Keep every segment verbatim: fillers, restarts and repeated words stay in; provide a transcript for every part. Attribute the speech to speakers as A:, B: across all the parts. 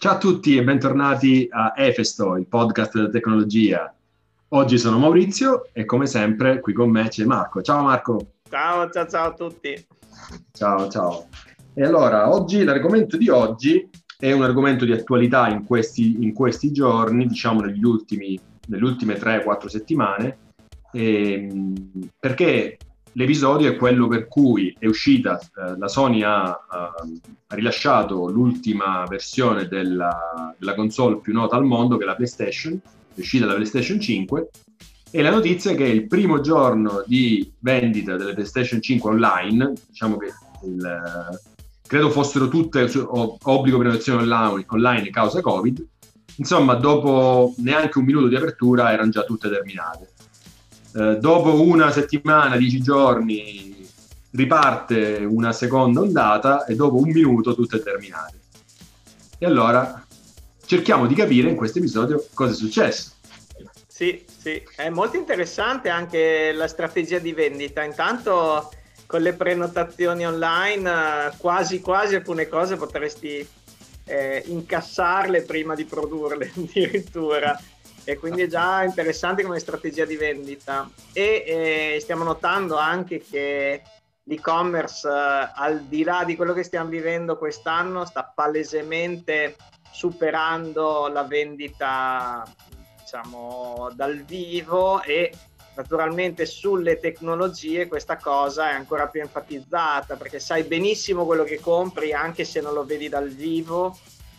A: Ciao a tutti e bentornati a Efesto, il podcast della tecnologia. Oggi sono Maurizio e come sempre qui con me c'è Marco. Ciao Marco.
B: Ciao, ciao, ciao a tutti.
A: Ciao, ciao. E allora, oggi l'argomento di oggi è un argomento di attualità in questi, in questi giorni, diciamo negli ultimi, nelle ultime tre quattro settimane, ehm, perché l'episodio è quello per cui è uscita, eh, la Sony ha, ha, ha rilasciato l'ultima versione della, della console più nota al mondo, che è la PlayStation, è uscita la PlayStation cinque, e la notizia è che il primo giorno di vendita delle PlayStation cinque online, diciamo che il, credo fossero tutte su, obbligo prenotazione online, online causa Covid, insomma dopo neanche un minuto di apertura erano già tutte terminate. Uh, dopo una settimana, dieci giorni, riparte una seconda ondata e dopo un minuto tutte terminate. E allora cerchiamo di capire in questo episodio cosa è successo.
B: Sì, sì, è molto interessante anche la strategia di vendita. Intanto con le prenotazioni online quasi quasi alcune cose potresti eh, incassarle prima di produrle addirittura. E quindi è già interessante come strategia di vendita. E eh, stiamo notando anche che l'e-commerce, eh, al di là di quello che stiamo vivendo quest'anno, sta palesemente superando la vendita, diciamo, dal vivo, e naturalmente sulle tecnologie questa cosa è ancora più enfatizzata, perché sai benissimo quello che compri anche se non lo vedi dal vivo.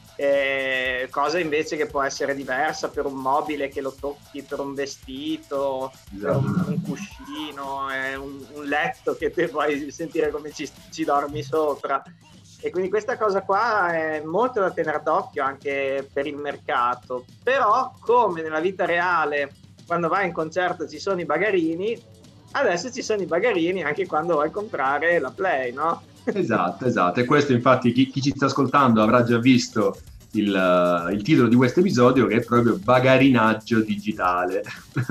B: Eh, cosa invece che può essere diversa per un mobile che lo tocchi, per un vestito, per un, un cuscino, eh, un, un letto che te puoi sentire come ci, ci dormi sopra. E quindi questa cosa qua è molto da tenere d'occhio anche per il mercato. Però, come nella vita reale, quando vai in concerto ci sono i bagarini, adesso ci sono i bagarini anche quando vuoi comprare la Play, no?
A: Esatto, esatto. E questo infatti chi, chi ci sta ascoltando avrà già visto il, uh, il titolo di questo episodio, che è proprio bagarinaggio digitale.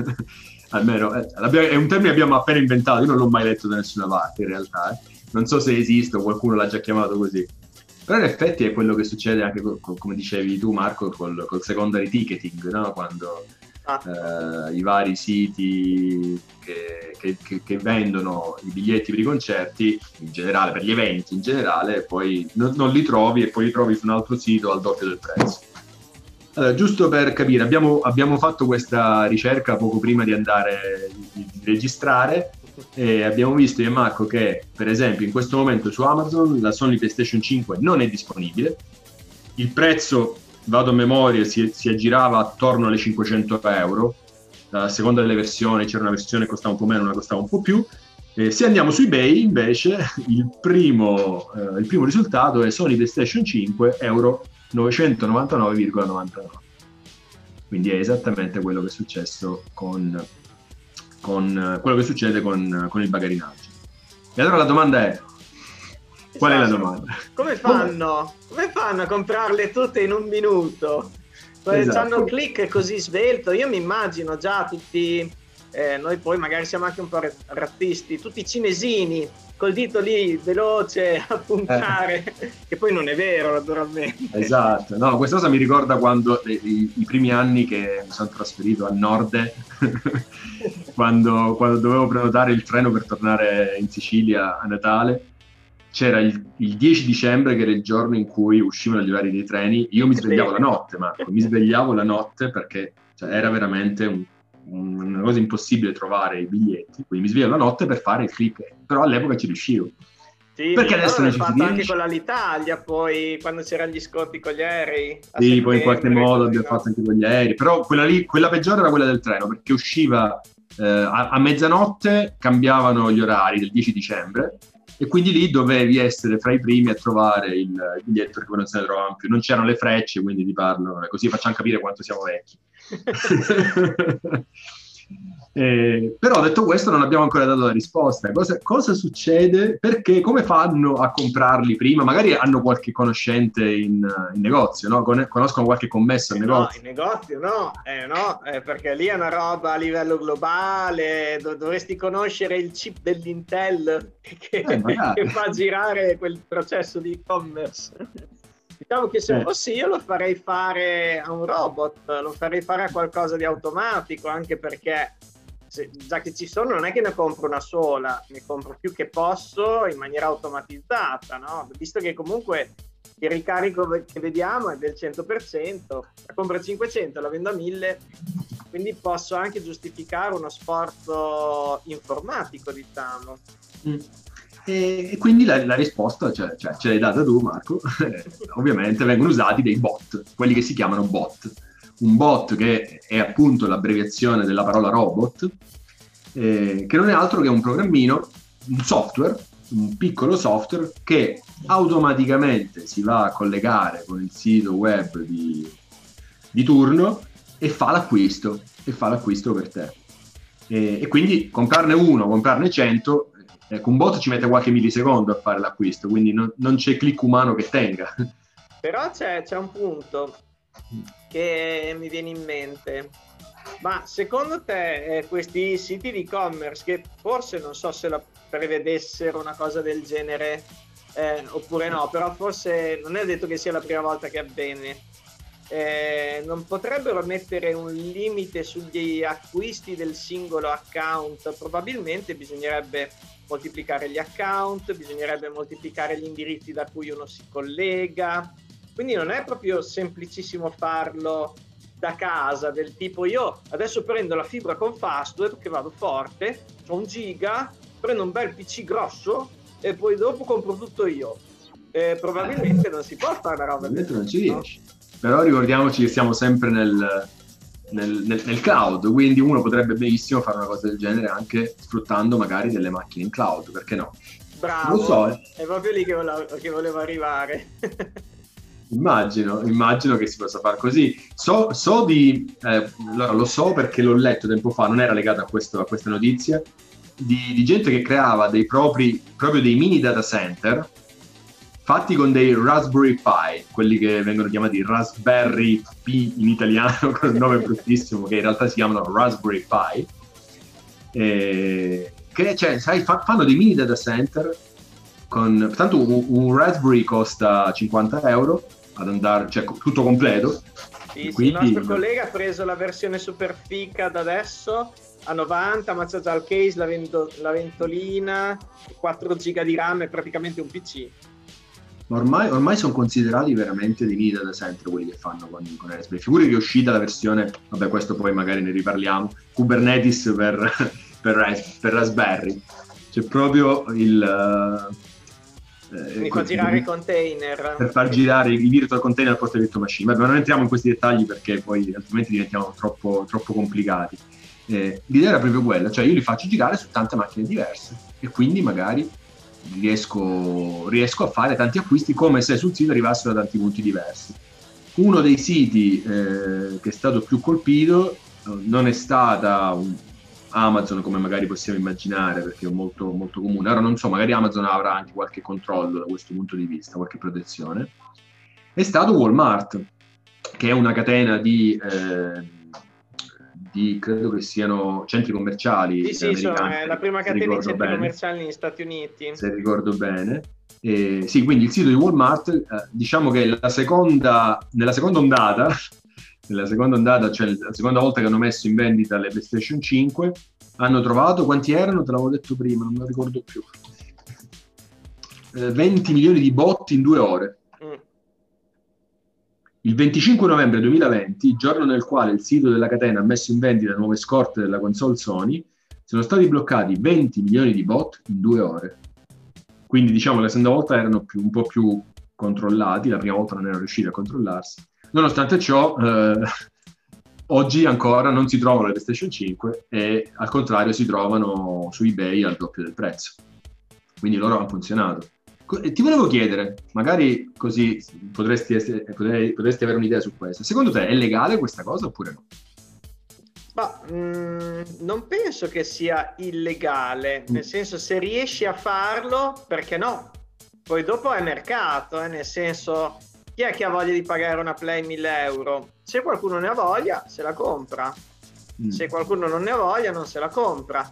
A: Almeno eh, è un termine che abbiamo appena inventato, io non l'ho mai letto da nessuna parte in realtà, eh. Non so se esiste o qualcuno l'ha già chiamato così. Però in effetti è quello che succede anche, co- co- come dicevi tu Marco, col, col secondary ticketing, no? Quando eh, i vari siti che, che, che, che vendono i biglietti per i concerti, in generale, per gli eventi in generale, poi non, non li trovi e poi li trovi su un altro sito al doppio del prezzo. Allora, giusto per capire, abbiamo, abbiamo fatto questa ricerca poco prima di andare di, di registrare, e abbiamo visto io e Marco che per esempio in questo momento su Amazon la Sony PlayStation cinque non è disponibile. Il prezzo, vado a memoria, si, si aggirava attorno alle cinquecento euro, a seconda delle versioni, c'era una versione che costava un po' meno, una costava un po' più. Eh, se andiamo su eBay invece il primo, eh, il primo risultato è Sony PlayStation cinque euro novecentonovantanove virgola novantanove, quindi è esattamente quello che è successo con, con quello che succede con, con il bagarinaggio. E allora la domanda è: qual esatto. è la domanda?
B: Come fanno? Come fanno a comprarle tutte in un minuto? Esatto. Hanno click così svelto. Io mi immagino già tutti, eh, noi poi magari siamo anche un po' rattisti, tutti cinesini col dito lì veloce a puntare, eh. che poi non è vero naturalmente.
A: Esatto, no, questa cosa mi ricorda quando i, i primi anni che mi sono trasferito a Nord, quando, quando dovevo prenotare il treno per tornare in Sicilia a Natale. C'era il, il dieci dicembre, che era il giorno in cui uscivano gli orari dei treni. Io mi svegliavo la notte, Marco, mi svegliavo la notte perché cioè, era veramente un, un, una cosa impossibile trovare i biglietti, quindi mi svegliavo la notte per fare il click, però all'epoca ci riuscivo.
B: Sì, perché adesso non ci fatto anche con l'Alitalia, poi quando c'erano gli sconti con gli aerei.
A: Sì, poi in qualche modo abbiamo no? fatto anche con gli aerei, però quella lì, quella peggiore era quella del treno, perché usciva eh, a, a mezzanotte, cambiavano gli orari del dieci dicembre, e quindi lì dovevi essere fra i primi a trovare il, il biglietto, perché poi non se ne trovavano più, non c'erano le frecce, quindi ti parlo, così facciamo capire quanto siamo vecchi. Eh, però detto questo non abbiamo ancora dato la risposta. Cosa, cosa succede? Perché come fanno a comprarli prima? Magari hanno qualche conoscente in, in negozio, no? Con, conoscono qualche commesso al
B: eh
A: negozio.
B: No, in negozio no, eh, no eh, perché lì è una roba a livello globale, do- dovresti conoscere il chip dell'Intel che,
A: Eh,
B: che fa girare quel processo di e-commerce. Diciamo che se
A: Eh.
B: fossi io lo farei fare a un robot, lo farei fare a qualcosa di automatico, anche perché se, già che ci sono non è che ne compro una sola, ne compro più che posso in maniera automatizzata, no? Visto che comunque il ricarico che vediamo è del cento per cento, la compro a cinquecento, la vendo a mille, quindi posso anche giustificare uno sforzo informatico, diciamo.
A: Mm. E, e quindi la, la risposta, cioè, cioè, ce l'hai data tu, Marco. Ovviamente vengono usati dei bot, quelli che si chiamano bot. Un bot che è appunto l'abbreviazione della parola robot, eh, che non è altro che un programmino, un software, un piccolo software che automaticamente si va a collegare con il sito web di, di turno e fa l'acquisto, e fa l'acquisto per te. E, e quindi comprarne uno, comprarne cento, ecco, un bot ci mette qualche millisecondo a fare l'acquisto, quindi non, non c'è click umano che tenga.
B: Però c'è, c'è un punto che mi viene in mente. Ma secondo te eh, questi siti di e-commerce, che forse non so se la prevedessero una cosa del genere eh, oppure no, però forse non è detto che sia la prima volta che avviene, eh, non potrebbero mettere un limite sugli acquisti del singolo account? Probabilmente bisognerebbe moltiplicare gli account, bisognerebbe moltiplicare gli indirizzi da cui uno si collega, quindi non è proprio semplicissimo farlo da casa, del tipo io adesso prendo la fibra con Fastweb che vado forte, ho un giga, prendo un bel P C grosso e poi dopo compro tutto io. Eh, probabilmente non si può fare una roba del
A: non ci
B: no?
A: riesci. Però ricordiamoci che siamo sempre nel, nel, nel, nel cloud, quindi uno potrebbe benissimo fare una cosa del genere anche sfruttando magari delle macchine in cloud, perché no?
B: Bravo,
A: lo so, eh.
B: È proprio lì che volevo, che volevo arrivare.
A: Immagino, immagino che si possa fare così. So, so di, eh, allora, lo so perché l'ho letto tempo fa, non era legato a, questo, a questa notizia, di, di gente che creava dei propri, proprio dei mini data center fatti con dei Raspberry Pi, quelli che vengono chiamati Raspberry Pi in italiano, con un nome bruttissimo, che in realtà si chiamano Raspberry Pi, e, che cioè, sai, fa, fanno dei mini data center con, tanto un, un Raspberry costa cinquanta euro ad andare, cioè tutto completo.
B: Sì,
A: quindi,
B: sì, il nostro collega ha preso la versione super fica da adesso a novanta, ma c'è già il case, la, vento, la ventolina, quattro giga di RAM, è praticamente un P C.
A: Ormai, ormai sono considerati veramente dei mini data center quelli che fanno con, con Raspberry. Figuri che è uscita la versione, vabbè, questo poi magari ne riparliamo, Kubernetes per, per, per Raspberry. C'è proprio il...
B: Eh, mi fa girare i container.
A: Per far girare i virtual container al posto di virtual machine. Ma non entriamo in questi dettagli perché poi altrimenti diventiamo troppo, troppo complicati. Eh, l'idea era proprio quella, cioè io li faccio girare su tante macchine diverse e quindi magari riesco, riesco a fare tanti acquisti come se sul sito arrivassero da tanti punti diversi. Uno dei siti eh, che è stato più colpito eh, non è stata un, Amazon, come magari possiamo immaginare, perché è molto, molto comune. Ora non so, magari Amazon avrà anche qualche controllo da questo punto di vista, qualche protezione. È stato Walmart, che è una catena di, eh, di credo che siano centri commerciali.
B: Sì, sì, sono, è la prima catena di centri
A: bene,
B: commerciali negli Stati Uniti.
A: Se ricordo bene. Eh, sì, quindi il sito di Walmart, eh, diciamo che la seconda, nella seconda ondata, nella seconda ondata, cioè la seconda volta che hanno messo in vendita le PlayStation cinque, hanno trovato, quanti erano? Te l'avevo detto prima, non me lo ricordo più. Eh, venti milioni di bot in due ore. Mm. Il venticinque novembre duemilaventi, giorno nel quale il sito della catena ha messo in vendita nuove scorte della console Sony, sono stati bloccati venti milioni di bot in due ore. Quindi diciamo la seconda volta erano più, un po' più controllati, la prima volta non erano riusciti a controllarsi. Nonostante ciò, eh, oggi ancora non si trovano le PlayStation cinque e al contrario si trovano su eBay al doppio del prezzo. Quindi loro hanno funzionato. Ti volevo chiedere, magari così potresti, essere, potrei, potresti avere un'idea su questo. Secondo te è legale questa cosa oppure no?
B: Ma mh, non penso che sia illegale, nel senso, se riesci a farlo, perché no? Poi dopo è mercato, eh, nel senso, chi è che ha voglia di pagare una Play mille euro? Se qualcuno ne ha voglia, se la compra. Mm. Se qualcuno non ne ha voglia, non se la compra.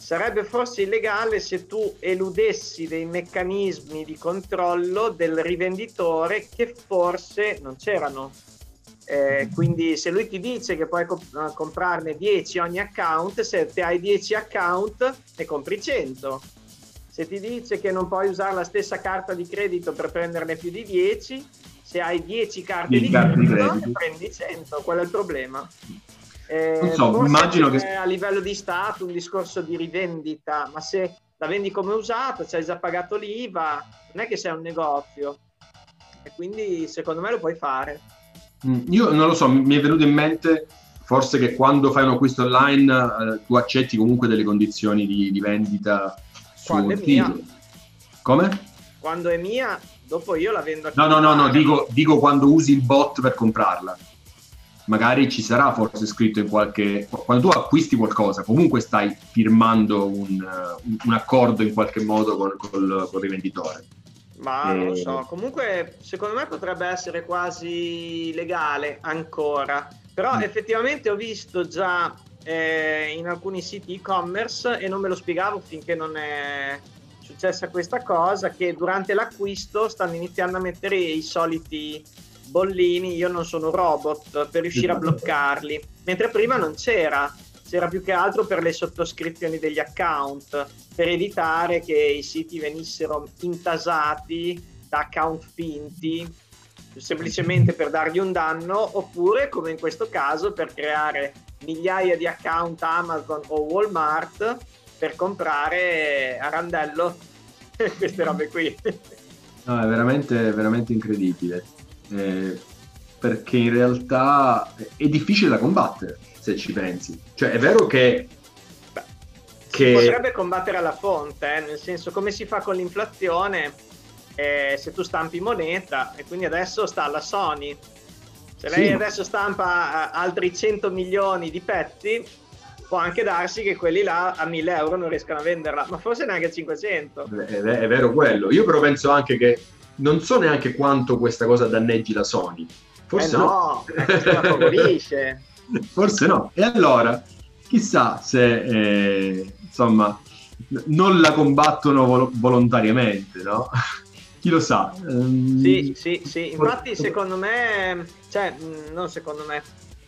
B: sarebbe forse illegale se tu eludessi dei meccanismi di controllo del rivenditore che forse non c'erano. Eh, quindi se lui ti dice che puoi comp- comprarne dieci ogni account, se te hai dieci account ne compri cento. Se ti dice che non puoi usare la stessa carta di credito per prenderne più di dieci, se hai dieci carte di credito ne prendi cento. Qual è il problema? Eh,
A: non so, immagino che
B: a livello di Stato un discorso di rivendita, ma se la vendi come usato, ci hai già pagato l'I V A, non è che sei un negozio, e quindi secondo me lo puoi fare.
A: Io non lo so, mi è venuto in mente forse che quando fai un acquisto online eh, tu accetti comunque delle condizioni di, di vendita
B: quando
A: sul
B: è mia.
A: sito. Come?
B: Quando è mia, dopo io la vendo a chi
A: No, no, no, no,
B: paga.
A: dico, dico quando usi il bot per comprarla. Magari ci sarà forse scritto in qualche... Quando tu acquisti qualcosa, comunque stai firmando un, un accordo in qualche modo con, col, col rivenditore.
B: Ma
A: E...
B: non lo so, comunque secondo me potrebbe essere quasi legale ancora, però mm. effettivamente ho visto già eh, in alcuni siti e-commerce, e non me lo spiegavo finché non è successa questa cosa, che durante l'acquisto stanno iniziando a mettere i soliti bollini, io non sono un robot, per riuscire a bloccarli, mentre prima non c'era, c'era più che altro per le sottoscrizioni degli account, per evitare che i siti venissero intasati da account finti, semplicemente per dargli un danno, oppure come in questo caso per creare migliaia di account Amazon o Walmart per comprare a randello queste robe qui.
A: No, è veramente, veramente incredibile, eh, perché in realtà è difficile da combattere, se ci pensi. Cioè è vero che
B: Che... Si potrebbe combattere alla fonte, eh? Nel senso, come si fa con l'inflazione, eh, se tu stampi moneta, e quindi adesso sta alla Sony, se lei sì. adesso stampa uh, altri cento milioni di pezzi, può anche darsi che quelli là a mille euro non riescano a venderla, ma forse neanche a cinquecento.
A: È, è vero quello. Io però penso anche che non so neanche quanto questa cosa danneggi la Sony. Forse
B: eh no, no. La favorisce.
A: Forse no. E allora, chissà se... Eh... insomma, non la combattono vol- volontariamente, no? Chi lo sa? Um...
B: Sì, sì, sì. Infatti, secondo me, cioè, non secondo me,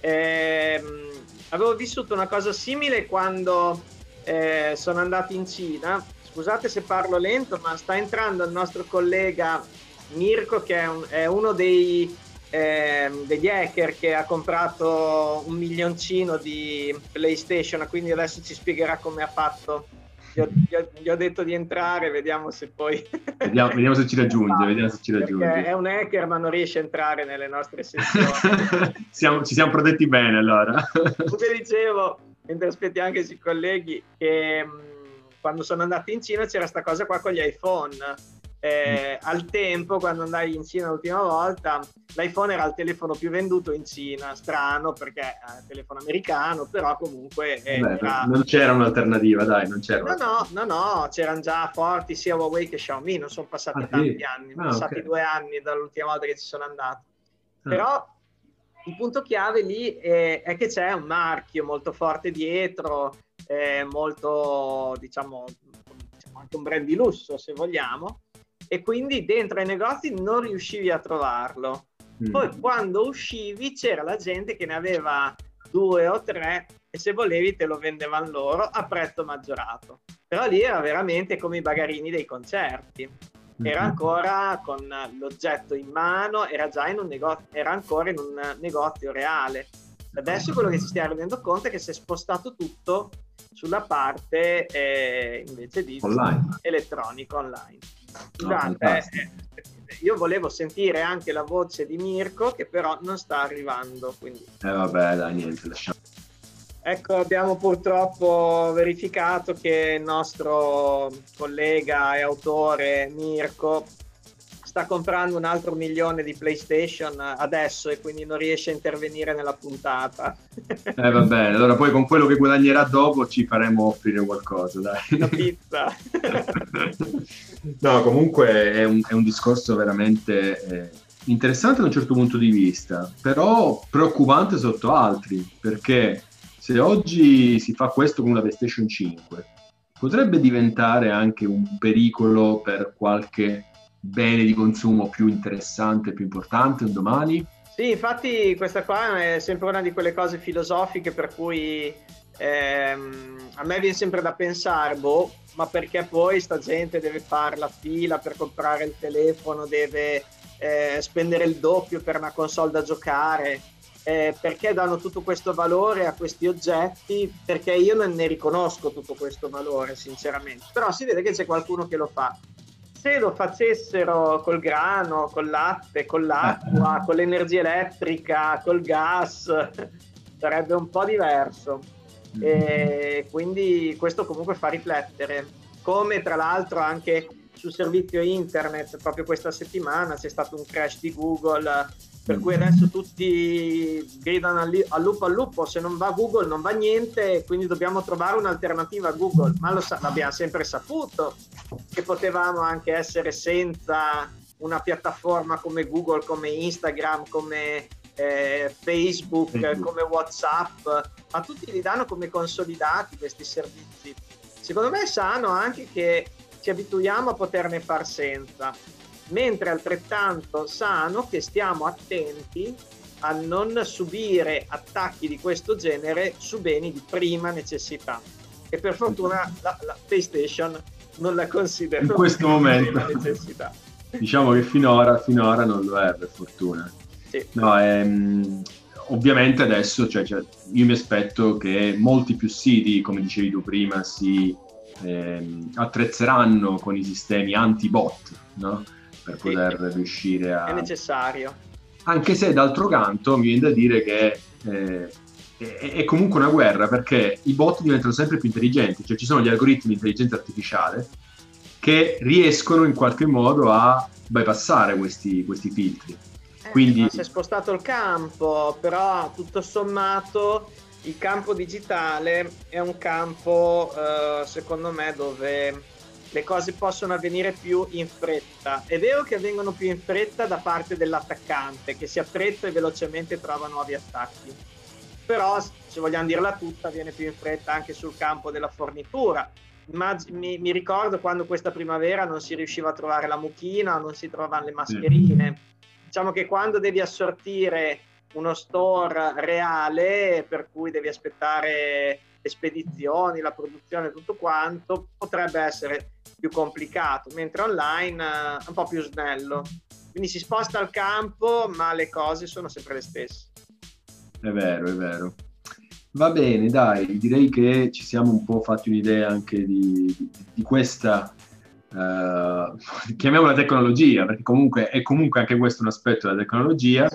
B: ehm, avevo vissuto una cosa simile quando eh, sono andato in Cina. Scusate se parlo lento, ma sta entrando il nostro collega Mirko, che è, un, è uno dei, eh, degli hacker che ha comprato un milioncino di PlayStation, quindi adesso ci spiegherà come ha fatto. Gli ho, gli ho, gli ho detto di entrare, vediamo se poi...
A: Vediamo, vediamo se ci raggiunge, vediamo se ci raggiunge.
B: Perché è un hacker ma non riesce a entrare nelle nostre sessioni.
A: siamo, ci siamo protetti bene allora.
B: Come dicevo, mentre aspettiamo che si colleghi, che mh, quando sono andato in Cina c'era sta cosa qua con gli iPhone. Eh, mm. Al tempo, quando andai in Cina l'ultima volta, l'iPhone era il telefono più venduto in Cina. Strano, perché è un telefono americano, però comunque eh,
A: Beh,
B: era...
A: non c'era un'alternativa, dai, non c'era.
B: No, no, no, no, c'erano già forti sia Huawei che Xiaomi, non sono passati
A: ah,
B: tanti
A: sì?
B: anni, sono
A: ah,
B: passati
A: okay.
B: due anni dall'ultima volta che ci sono andato.
A: Ah.
B: Però il punto chiave lì è, è che c'è un marchio molto forte dietro, è molto, diciamo, diciamo, anche un brand di lusso, se vogliamo, e quindi dentro ai negozi non riuscivi a trovarlo. Mm. Poi quando uscivi c'era la gente che ne aveva due o tre e se volevi te lo vendevano loro a prezzo maggiorato. Però lì era veramente come i bagarini dei concerti. Era ancora con l'oggetto in mano, era già in un negozio, era ancora in un negozio reale. Adesso quello che ci stiamo rendendo conto è che si è spostato tutto sulla parte eh, invece di
A: online.
B: elettronico online.
A: No,
B: Scusate, eh, io volevo sentire anche la voce di Mirko, che però non sta arrivando. Quindi.
A: Eh vabbè, dai, niente, lasciamo.
B: Ecco, abbiamo purtroppo verificato che il nostro collega e autore Mirko sta comprando un altro milione di PlayStation adesso e quindi non riesce a intervenire nella puntata.
A: Eh va bene, allora poi con quello che guadagnerà dopo ci faremo offrire qualcosa, dai.
B: Una pizza.
A: No, comunque è un, è un discorso veramente eh, interessante da un certo punto di vista, però preoccupante sotto altri, perché se oggi si fa questo con una PlayStation cinque, potrebbe diventare anche un pericolo per qualche bene di consumo più interessante, più importante un domani?
B: Sì, infatti questa qua è sempre una di quelle cose filosofiche per cui ehm, a me viene sempre da pensare, boh, ma perché poi sta gente deve fare la fila per comprare il telefono, deve eh, spendere il doppio per una console da giocare? Eh, perché danno tutto questo valore a questi oggetti? Perché io non ne riconosco tutto questo valore, sinceramente. Però si vede che c'è qualcuno che lo fa. Se lo facessero col grano, col latte, con l'acqua, con l'energia elettrica, col gas, sarebbe un po' diverso. E quindi questo comunque fa riflettere. Come tra l'altro anche sul servizio internet, proprio questa settimana c'è stato un crash di Google, per cui adesso tutti gridano al lupo al lupo, se non va Google non va niente, quindi dobbiamo trovare un'alternativa a Google, ma lo sa- l'abbiamo sempre saputo che potevamo anche essere senza una piattaforma come Google, come Instagram, come eh, Facebook,
A: Facebook,
B: come WhatsApp, ma tutti li danno come consolidati questi servizi. Secondo me è sano anche che ci abituiamo a poterne far senza, mentre altrettanto sano che stiamo attenti a non subire attacchi di questo genere su beni di prima necessità. E per fortuna la, la PlayStation non la considero
A: in questo momento
B: una necessità.
A: diciamo che finora, finora non lo è, per fortuna.
B: Sì.
A: No, ehm, ovviamente adesso cioè, cioè, io mi aspetto che molti più siti, come dicevi tu prima, si ehm, attrezzeranno con i sistemi anti-bot, no? Per
B: Sì,
A: poter riuscire a...
B: è necessario.
A: Anche se d'altro canto mi viene da dire che eh, è, è comunque una guerra, perché i bot diventano sempre più intelligenti, cioè ci sono gli algoritmi di intelligenza artificiale che riescono in qualche modo a bypassare questi, questi filtri.
B: Eh,
A: Quindi
B: si è spostato il campo, però tutto sommato il campo digitale è un campo, eh, secondo me, dove le cose possono avvenire più in fretta. È vero che avvengono più in fretta da parte dell'attaccante, che si attrezza e velocemente trova nuovi attacchi. Però, se vogliamo dirla tutta, viene più in fretta anche sul campo della fornitura. Immag- mi, mi ricordo quando questa primavera non si riusciva a trovare la mucchina, non si trovavano le mascherine. Diciamo che quando devi assortire uno store reale, per cui devi aspettare le spedizioni, la produzione, tutto quanto, potrebbe essere più complicato, mentre online è un po' più snello. Quindi si sposta il campo, ma le cose sono sempre le stesse.
A: è vero, è vero. Va bene, dai, direi che ci siamo un po' fatti un'idea anche di, di, di questa, eh, chiamiamola tecnologia, perché comunque è comunque anche questo un aspetto della tecnologia.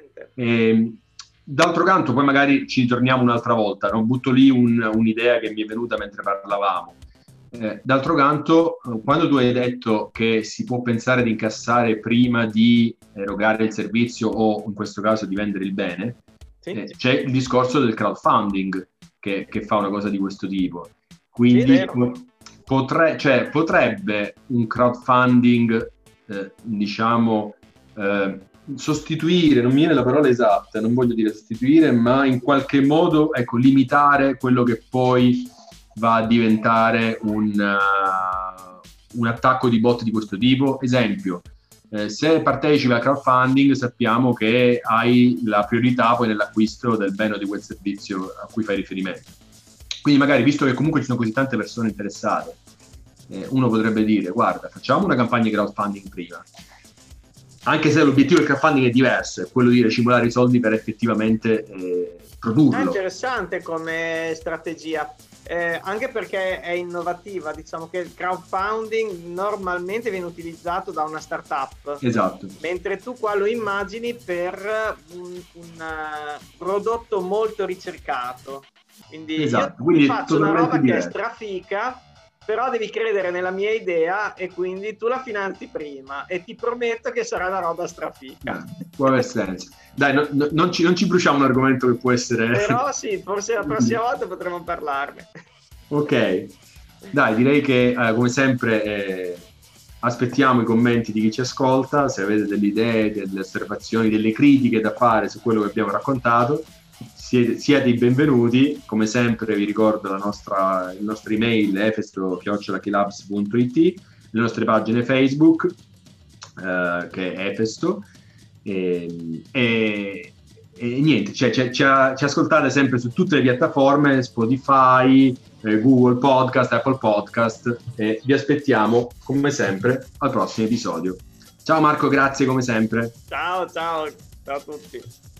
A: E, d'altro canto, poi magari ci torniamo un'altra volta, no? Butto lì un, un'idea che mi è venuta mentre parlavamo. Eh, d'altro canto, quando tu hai detto che si può pensare di incassare prima di erogare il servizio o in questo caso di vendere il bene,
B: Sì.
A: eh, c'è il discorso del crowdfunding che, che fa una cosa di questo tipo. Quindi
B: Sì,
A: potre, cioè, potrebbe un crowdfunding, eh, diciamo, eh, sostituire, non mi viene la parola esatta, non voglio dire sostituire, ma in qualche modo, ecco, limitare quello che poi va a diventare un, uh, un attacco di bot di questo tipo. Esempio, eh, se partecipi al crowdfunding sappiamo che hai la priorità poi nell'acquisto del bene o di quel servizio a cui fai riferimento. Quindi magari, visto che comunque ci sono così tante persone interessate, eh, uno potrebbe dire, guarda, facciamo una campagna di crowdfunding prima, anche se l'obiettivo del crowdfunding è diverso, è quello di ricimolare i soldi per effettivamente eh, produrlo.
B: È interessante come strategia. Eh, anche perché è innovativa, diciamo che il crowdfunding normalmente viene utilizzato da una startup,
A: esatto,
B: mentre tu qua lo immagini per un, un uh, prodotto molto ricercato, quindi
A: esatto.
B: io
A: Quindi
B: ti faccio una roba
A: diverso.
B: che è strafica, però devi credere nella mia idea e quindi tu la finanzi prima e ti prometto che sarà una roba strafica.
A: Eh, può aver senso. Dai, no, no, non, ci, non ci bruciamo un argomento che può essere...
B: Però sì, forse la prossima volta potremo parlarne.
A: Ok, dai, direi che eh, come sempre eh, aspettiamo i commenti di chi ci ascolta, se avete delle idee, delle osservazioni, delle critiche da fare su quello che abbiamo raccontato. siete, siete i benvenuti. Come sempre vi ricordo la nostra, il nostro email efesto chiocciola keylabs punto it, le nostre pagine Facebook, eh, che è Efesto, e, e, e niente, cioè, ci, ci, ci ascoltate sempre su tutte le piattaforme, Spotify, eh, Google Podcast, Apple Podcast, e vi aspettiamo come sempre al prossimo episodio. Ciao Marco, grazie come sempre.
B: Ciao, ciao, ciao a tutti.